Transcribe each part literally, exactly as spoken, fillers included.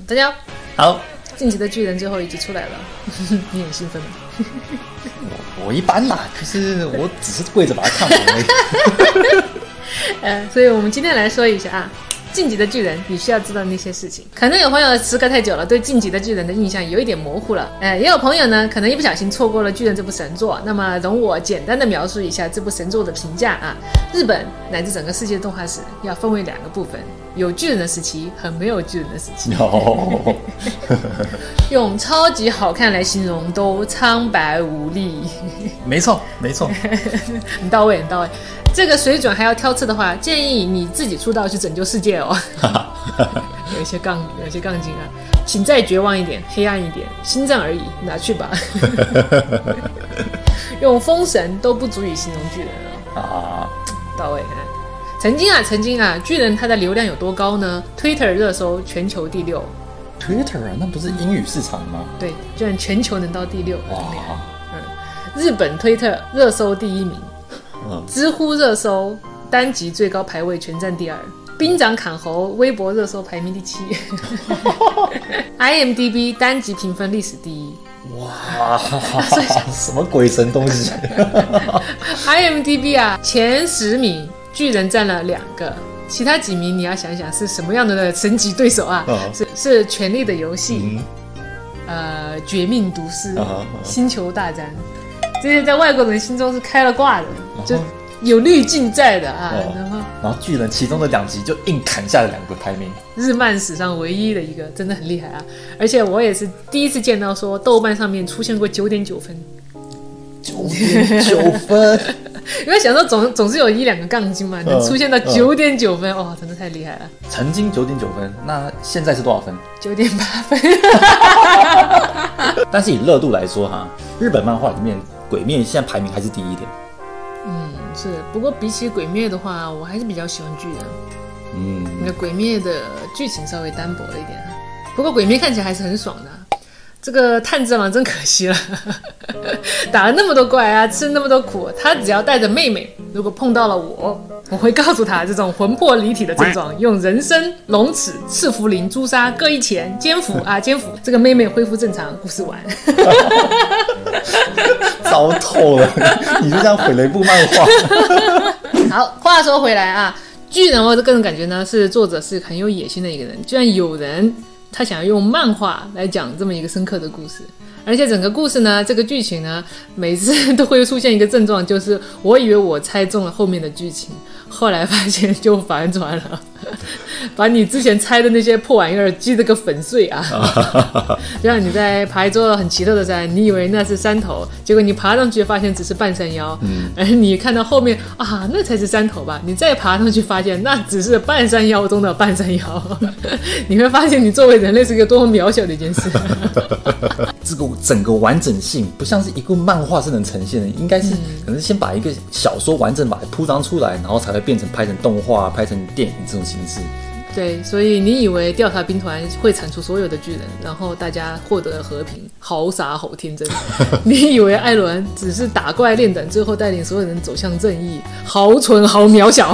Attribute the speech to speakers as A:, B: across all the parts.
A: 大家
B: 好，
A: 晋级的巨人最后一集出来了，你很兴奋吗？
B: 我我一般啦，可是我只是跪着把它看完而已。
A: 呃，所以我们今天来说一下啊，晋级的巨人你需要知道那些事情。可能有朋友时隔太久了，对晋级的巨人的印象有一点模糊了。呃，也有朋友呢，可能一不小心错过了巨人这部神作。那么容我简单的描述一下这部神作的评价啊。日本乃至整个世界动画史要分为两个部分，有巨人的时期和没有巨人的时期。
B: 哦、
A: 用超级好看来形容都苍白无力。
B: 没错没错，
A: 很到位很到位。这个水准还要挑刺的话，建议你自己出道去拯救世界哦。有一些杠，有一些杠精啊，请再绝望一点，黑暗一点，心脏而已，拿去吧。用封神都不足以形容巨人了啊，到位。曾经啊，曾经啊，巨人它的流量有多高呢 ？Twitter 热搜全球第六。
B: Twitter 啊，那不是英语市场吗？
A: 对，居然全球能到第六，哇！嗯，日本推特热搜第一名。知乎热搜单集最高排位全占第二，兵长砍猴微博热搜排名第七。I M D B 单集评分历史第一。
B: 哇，什么鬼神东西
A: ？I M D B 啊，前十名巨人占了两个，其他几名你要想想是什么样的神级对手啊？哦、是是权力的游戏，嗯、呃，绝命毒师，哦、星球大战。这些在外国人心中是开了挂的，就有滤镜在的啊。
B: 哦、然后，然后巨人其中的两集就硬砍下了两个排名，
A: 日漫史上唯一的一个，真的很厉害啊！而且我也是第一次见到说豆瓣上面出现过九点九分，
B: 九点九分。
A: 因为想说总总是有一两个杠精嘛，能出现到九点九分，哦，真的太厉害了。
B: 曾经九点九分，那现在是多少分？
A: 九点八分。
B: 但是以热度来说哈，日本漫画里面。鬼灭现在排名还是第一点，
A: 嗯，是。不过比起鬼灭的话，我还是比较喜欢巨人。
B: 嗯，
A: 那鬼灭的剧情稍微单薄了一点，不过鬼灭看起来还是很爽的。这个炭治郎真可惜了，打了那么多怪啊，吃那么多苦，他只要带着妹妹，如果碰到了我，我会告诉他这种魂魄离体的症状，用人参、龙齿、赤茯苓、朱砂各一钱，煎服啊煎服，这个妹妹恢复正常，故事完。
B: 糟透了，你就这样毁了一部漫画。
A: 好，话说回来啊，巨人我的个人感觉呢，是作者是很有野心的一个人，居然有人他想要用漫画来讲这么一个深刻的故事，而且整个故事呢，这个剧情呢，每次都会出现一个症状，就是我以为我猜中了后面的剧情，后来发现就反转了，把你之前猜的那些破玩意儿击得个粉碎啊！就像你在爬一座很奇特的山，你以为那是山头，结果你爬上去发现只是半山腰，嗯、而你看到后面啊，那才是山头吧？你再爬上去发现那只是半山腰中的半山腰，你会发现你作为人类是一个多么渺小的一件事。
B: 这个整个完整性不像是一个漫画是能呈现的，应该是可能先把一个小说完整把它铺张出来，然后才会变成拍成动画、拍成电影这种形式。
A: 对，所以你以为调查兵团会铲除所有的巨人，然后大家获得和平，好傻好天真。你以为艾伦只是打怪练等，最后带领所有人走向正义，好蠢好渺小。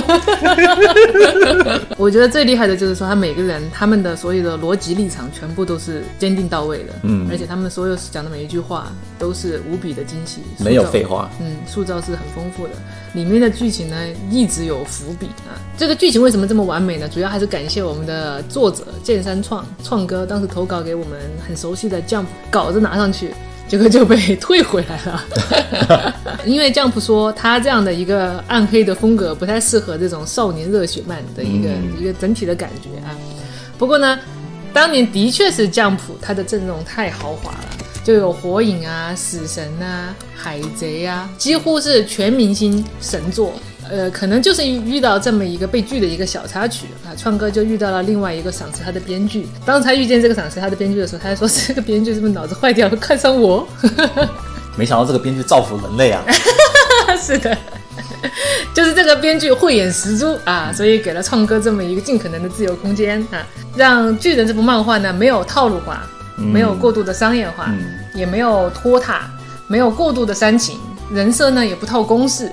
A: 我觉得最厉害的就是说，他每个人他们的所有的逻辑立场全部都是坚定到位的，嗯，而且他们所有讲的每一句话都是无比的精细，
B: 没有废话，
A: 嗯，塑造是很丰富的。里面的剧情呢，一直有伏笔啊。这个剧情为什么这么完美呢？主要还是感谢我们的作者剑山创创哥当时投稿给我们很熟悉的 Jump 稿子拿上去，结果就被退回来了。因为 Jump 说他这样的一个暗黑的风格不太适合这种少年热血漫的一个、嗯、一个整体的感觉啊。不过呢，当年的确是 Jump 他的阵容太豪华了。就有火影啊、死神啊、海贼啊，几乎是全明星神作。呃，可能就是遇到这么一个被拒的一个小插曲啊，创哥就遇到了另外一个赏识他的编剧。当他遇见这个赏识他的编剧的时候，他还说这个编剧是不是脑子坏掉了，看上我？
B: 没想到这个编剧造福人类啊！
A: 是的，就是这个编剧慧眼识珠啊，所以给了创哥这么一个尽可能的自由空间啊，让巨人这部漫画呢没有套路化。没有过度的商业化、嗯、也没有拖沓，没有过度的煽情，人设呢也不套公式，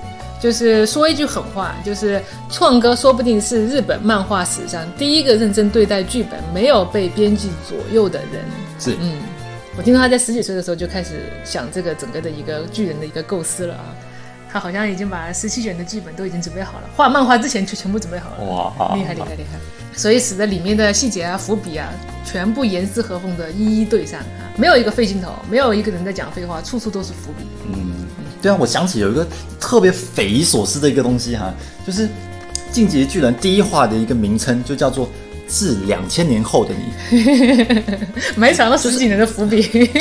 A: 就是说一句狠话，就是创哥说不定是日本漫画史上第一个认真对待剧本、没有被编辑左右的人。
B: 是，
A: 嗯，我听说他在十几岁的时候就开始想这个整个的一个巨人的一个构思了啊。他好像已经把十七卷的剧本都已经准备好了，画漫画之前就全部准备好了。哇，厉害厉害厉害！所以使得里面的细节啊、伏笔啊，全部严丝合缝的一一对上啊，没有一个废镜头，没有一个人在讲废话，处处都是伏笔。
B: 嗯，对啊，我想起有一个特别匪夷所思的一个东西哈，就是《进击的巨人》第一话的一个名称就叫做“致两千年后的你”，
A: 埋藏了十几年的伏笔。就是、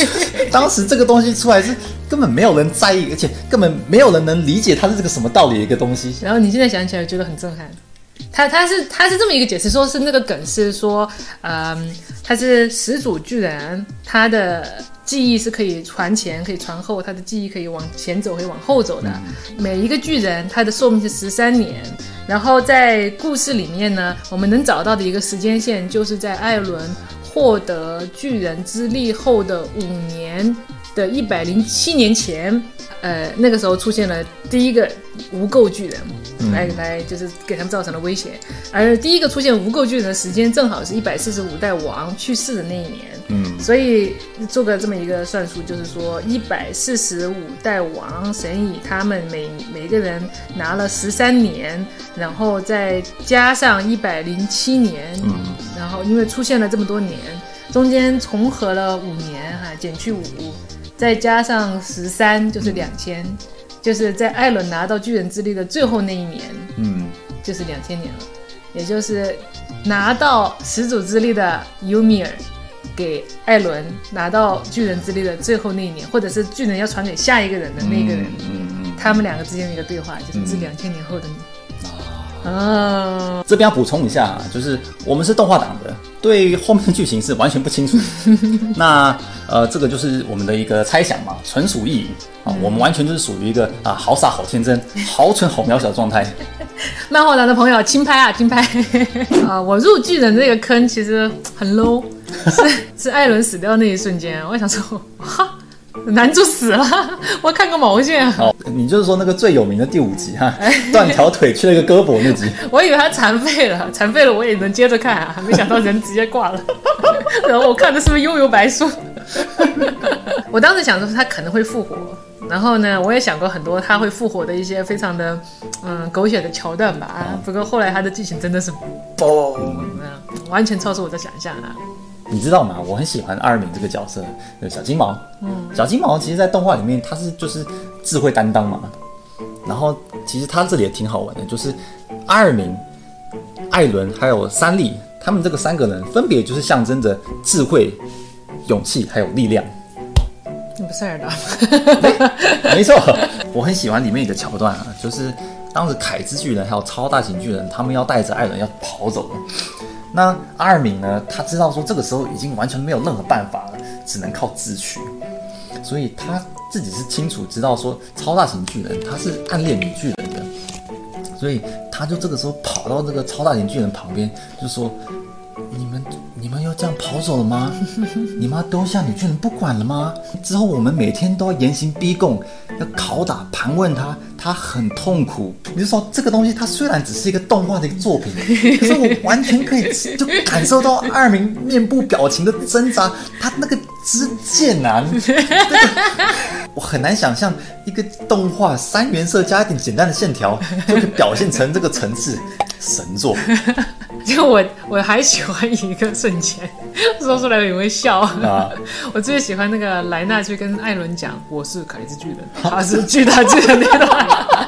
B: 当时这个东西出来是根本没有人在意，而且根本没有人能理解它是这个什么道理的一个东西。
A: 然后你现在想起来觉得很震撼。他他是他是这么一个解释，说是那个梗是说，嗯，他是始祖巨人，他的记忆是可以传前可以传后，他的记忆可以往前走可以往后走的。嗯、每一个巨人他的寿命是十三年，然后在故事里面呢，我们能找到的一个时间线就是在艾伦获得巨人之力后的五年的一百零七年前，呃，那个时候出现了第一个无垢巨人。来来，就是给他们造成了威胁。而第一个出现无垢巨人的时间，正好是一百四十五代王去世的那一年。嗯，所以做个这么一个算术，就是说一百四十五代王乘以他们每每个人拿了十三年，然后再加上一百零七年，嗯，然后因为出现了这么多年，中间重合了五年哈、啊，减去五，再加上十三，就是两千。就是在艾伦拿到巨人之力的最后那一年，嗯，就是两千年了，也就是拿到始祖之力的尤米尔给艾伦拿到巨人之力的最后那一年，或者是巨人要传给下一个人的那个人，嗯嗯、他们两个之间的一个对话，就是是两千年后的你。哦，
B: 这边要补充一下，就是我们是动画党的，对后面的剧情是完全不清楚的。那呃，这个就是我们的一个猜想嘛，纯属意淫啊、嗯。我们完全就是属于一个啊好傻好天真、好蠢好渺小的状态。
A: 漫画党的朋友，轻拍啊，轻拍！啊，我入巨人这个坑其实很 low， 是是艾伦死掉那一瞬间，我想说，哈。男主死了，我看个毛线啊！
B: 哦，你就是说那个最有名的第五集哈，断条腿缺了一个胳膊那集。
A: 我以为他残废了，残废了我也能接着看啊，没想到人直接挂了。然后我看的是不是幽游白书？我当时想说他可能会复活，然后呢，我也想过很多他会复活的一些非常的嗯狗血的桥段吧。啊、不过后来他的剧情真的是嘣、嗯，完全超出我的想象啊！
B: 你知道吗？我很喜欢阿尔敏这个角色，小金毛。嗯，小金毛其实，在动画里面，他是就是智慧担当嘛。然后，其实他这里也挺好玩的，就是阿尔敏、艾伦还有三笠，他们这个三个人分别就是象征着智慧、勇气还有力量。
A: 你不是尔达？
B: 没错，我很喜欢里面一个桥段啊，就是当时凯之巨人还有超大型巨人，他们要带着艾伦要跑走了。那阿尔敏呢？他知道说这个时候已经完全没有任何办法了，只能靠智取。所以他自己是清楚知道说超大型巨人他是暗恋女巨人的，所以他就这个时候跑到这个超大型巨人旁边，就说：“你们你们要这样跑走了吗？你们要丢下女巨人不管了吗？之后我们每天都要严刑逼供，要拷打盘问他，他很痛苦。”你就说这个东西，它虽然只是一个动画的一个作品，可是我完全可以就感受到阿尔敏面部表情的挣扎，他那个之贱啊，那个我很难想象一个动画三原色加一点简单的线条就可以表现成这个层次，神作。
A: 就我我还喜欢一个瞬间，说出来你会笑啊！我最喜欢那个莱纳去跟艾伦讲：“我是凯之巨人，他是巨大巨人。”那段，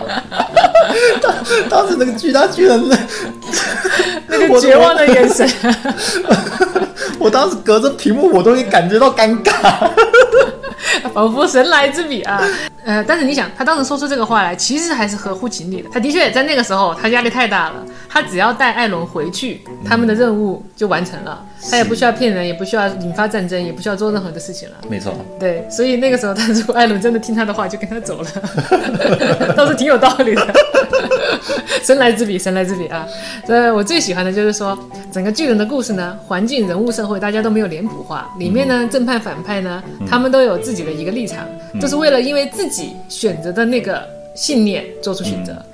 B: 当时那个巨大巨人
A: 那个绝望的眼神，
B: 我当时隔着屏幕我都会感觉到尴尬。
A: 仿佛神来之笔啊！呃，但是你想，他当时说出这个话来，其实还是合乎情理的。他的确在那个时候，他压力太大了。他只要带艾伦回去，他们的任务就完成了。他也不需要骗人，也不需要引发战争，也不需要做任何的事情了。
B: 没错。
A: 对，所以那个时候，他如果艾伦真的听他的话，就跟他走了，倒是挺有道理的。神来之笔，神来之笔啊！所以我最喜欢的就是说，整个巨人的故事呢，环境、人物、社会，大家都没有脸谱化。里面呢，正派、反派呢，他们都有自己的一个立场，就是为了因为自己选择的那个信念做出选择。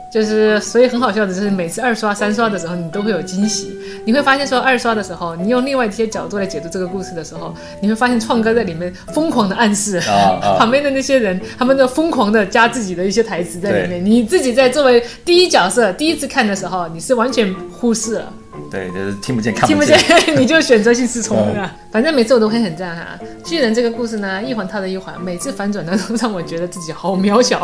A: 就是所以很好笑的就是每次二刷三刷的时候你都会有惊喜，你会发现说二刷的时候你用另外一些角度来解读这个故事的时候，你会发现创哥在里面疯狂的暗示、啊啊、旁边的那些人他们就疯狂的加自己的一些台词在里面，你自己在作为第一角色第一次看的时候你是完全忽视了，
B: 对，就是听不见看不见，
A: 听不见你就选择性失聪了、嗯、反正每次我都会很赞哈。巨人这个故事呢一环套着一环，每次反转呢都让我觉得自己好渺小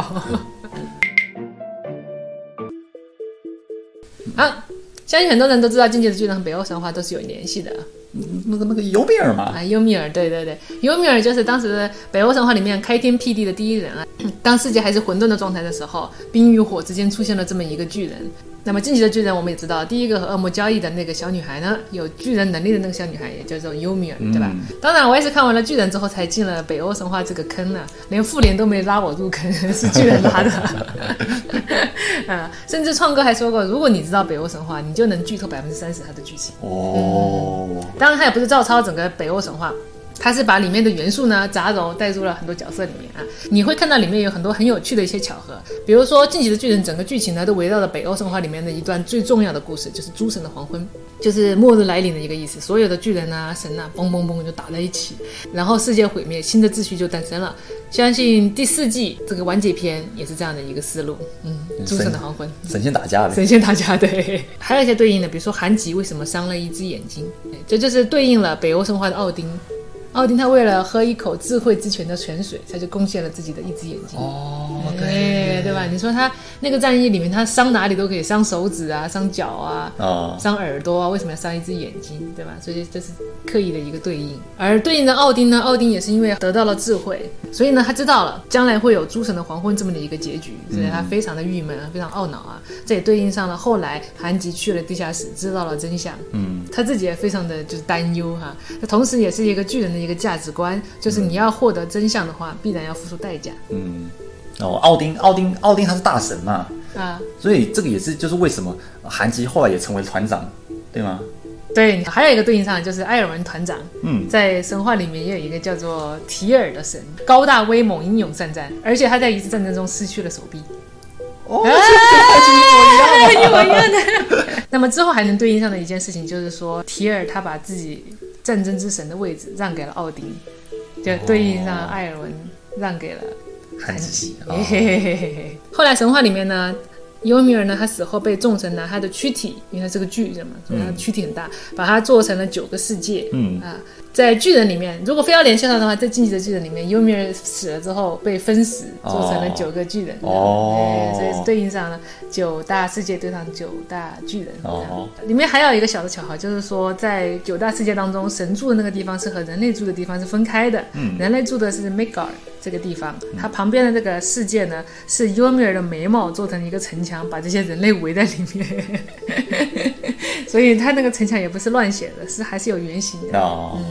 A: 啊，相信很多人都知道进击的巨人和北欧神话都是有联系的。
B: 那个那个尤米尔嘛，
A: 啊，尤米尔，对对对，尤米尔就是当时北欧神话里面开天辟地的第一人啊。当世界还是混沌的状态的时候，冰与火之间出现了这么一个巨人。那么进击的巨人我们也知道，第一个和恶魔交易的那个小女孩呢，有巨人能力的那个小女孩也叫做尤米尔，对吧、嗯、当然我也是看完了巨人之后才进了北欧神话这个坑啊，连复联都没拉我入坑，是巨人拉的啊，甚至创哥还说过，如果你知道北欧神话你就能剧透 百分之三十 它的剧情哦、嗯。当然他也不是照抄整个北欧神话，他是把里面的元素呢杂糅带入了很多角色里面啊，你会看到里面有很多很有趣的一些巧合，比如说进击的巨人整个剧情呢都围绕着北欧神话里面的一段最重要的故事，就是诸神的黄昏，就是末日来临的一个意思，所有的巨人啊神啊嘣嘣嘣就打在一起，然后世界毁灭，新的秩序就诞生了。相信第四季这个完结篇也是这样的一个思路，嗯，诸神的黄昏，
B: 神仙打架的，
A: 神仙打架，对。还有一些对应的，比如说韩吉为什么伤了一只眼睛，这就是对应了北欧神话的奥丁。奥丁他为了喝一口智慧之泉的泉水，他就贡献了自己的一只眼睛。哦，对，对吧？你说他那个战役里面，他伤哪里都可以，伤手指啊，伤脚啊，哦、伤耳朵啊，为什么要伤一只眼睛，对吧？所以这是刻意的一个对应。而对应的奥丁呢，奥丁也是因为得到了智慧，所以呢，他知道了将来会有诸神的黄昏这么的一个结局，所以他非常的郁闷，非常懊恼啊。这也对应上了后来韩吉去了地下室，知道了真相，嗯，他自己也非常的就是担忧哈。同时也是一个巨人的一个价值观，就是你要获得真相的话、嗯、必然要付出代价。嗯，
B: 哦，奥丁奥丁奥丁他是大神嘛，啊，所以这个也是就是为什么韩吉后来也成为团长，对吗？
A: 对，还有一个对应上就是埃尔文团长，嗯，在神话里面也有一个叫做提尔的神，高大威猛，英勇善战，而且他在一次战争中失去了手臂。哦，啊、一模一样，一模一样的。那么之后还能对应上的一件事情就是说，提尔他把自己战争之神的位置让给了奥丁，就对应上艾尔文让给了韩吉。哦、后来神话里面呢，尤米尔呢，他死后被众神拿他的躯体，因为他是个巨人嘛，所以他的躯体很大，嗯、把它做成了九个世界。嗯啊，在巨人里面，如果非要联系上的话，在进击的巨人里面，尤米尔死了之后被分死，做成了九个巨人。哦，所以是对应上了九大世界对上九大巨人。哦，里面还有一个小的巧合，就是说在九大世界当中，神住的那个地方是和人类住的地方是分开的。嗯，人类住的是 Midgard 这个地方，它旁边的这个世界呢，是尤米尔的眉毛做成一个城墙，把这些人类围在里面。所以它那个城墙也不是乱写的，是还是有原型的。哦，嗯。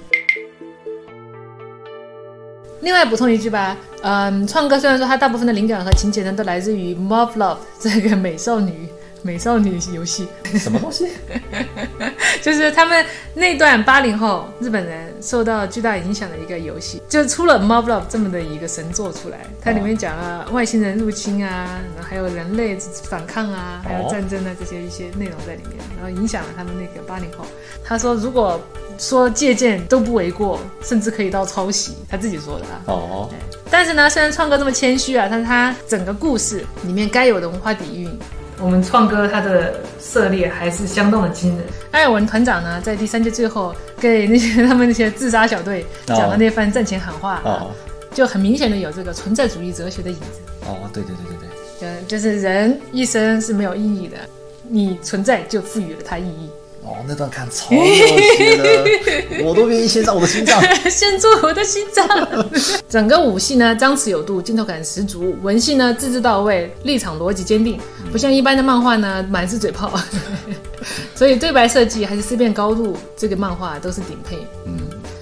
A: 另外补充一句吧，嗯，创哥虽然说他大部分的灵感和情节呢都来自于 Love Love 这个美少女美少女游戏，
B: 什么东西？
A: 就是他们那段八零后日本人受到巨大影响的一个游戏，就出了 Love Love 这么的一个神作出来，它里面讲了外星人入侵啊，然后还有人类反抗啊，还有战争啊这些一些内容在里面，然后影响了他们那个八零后。他说如果说借鉴都不为过，甚至可以到抄袭，他自己说的啊。哦。但是呢，虽然创哥这么谦虚啊，但是他整个故事里面该有的文化底蕴，我们创哥他的涉猎还是相当的惊人。埃尔文团长呢，在第三季最后给那些他们那些自杀小队讲的那番战前喊话，哦，就很明显的有这个存在主义哲学的影子。
B: 哦，对对对对对，
A: 就就是人一生是没有意义的，你存在就赋予了它意义。
B: 哦，那段看超热血的，我都愿意献上我的心脏，
A: 献出我的心脏。整个武戏呢，张弛有度，镜头感十足；文戏呢，字字到位，立场逻辑坚定，不像一般的漫画呢，满是嘴炮。所以对白设计还是思辨高度，这个漫画都是顶配。嗯。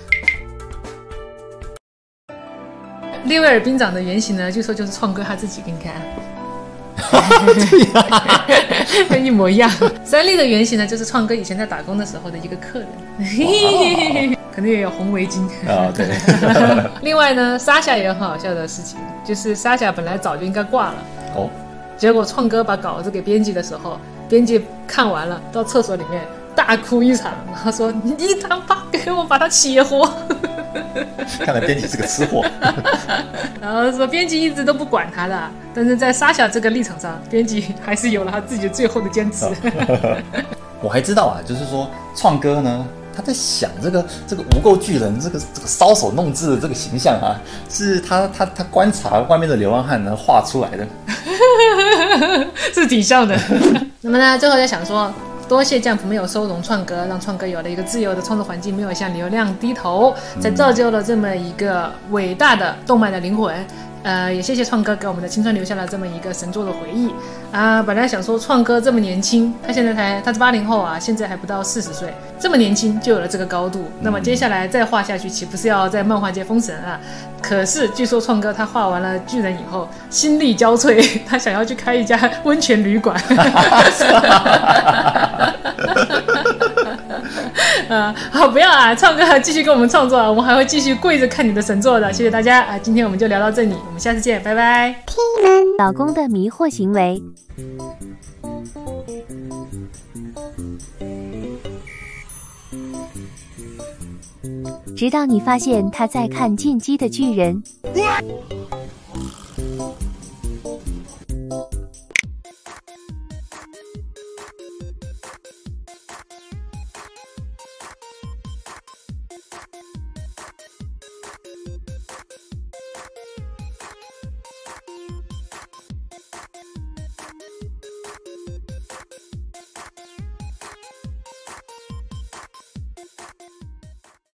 A: 利威尔兵长的原型呢，据说就是创哥他自己，给你看。对呀，一模一样。三笠的原型呢，就是创哥以前在打工的时候的一个客人，可能也有红围巾啊。对。另外呢，莎夏也有很好笑的事情，就是莎夏本来早就应该挂了。哦。 结果创哥把稿子给编辑的时候，编辑看完了，到厕所里面大哭一场，然后说：“你他妈给我把他写活！”
B: 看来编辑是个吃货。
A: 然后说编辑一直都不管他的，但是在沙小这个立场上，编辑还是有了他自己最后的坚持。
B: 我还知道啊，就是说创哥呢，他在想这个这个无垢巨人这个这个搔首弄姿的这个形象啊，是他他他观察外面的流浪汉呢画出来的，
A: 是挺像的。那么呢，最后在想说，多谢 Jump 没有收容创哥，让创哥有了一个自由的创作环境，没有向流量低头，才造就了这么一个伟大的动漫的灵魂。呃，也谢谢创哥给我们的青春留下了这么一个神作的回忆啊！本来想说创哥这么年轻，他现在才他是八零后啊，现在还不到四十岁，这么年轻就有了这个高度，那么接下来再画下去，岂不是要在漫画界封神啊？可是据说创哥他画完了巨人以后，心力交瘁，他想要去开一家温泉旅馆。呃，好，不要啊，创哥继续跟我们创作，我们还会继续跪着看你的神作的，谢谢大家啊！今天我们就聊到这里，我们下次见，拜拜。
C: 老公的迷惑行为。直到你发现他在看进击的巨人。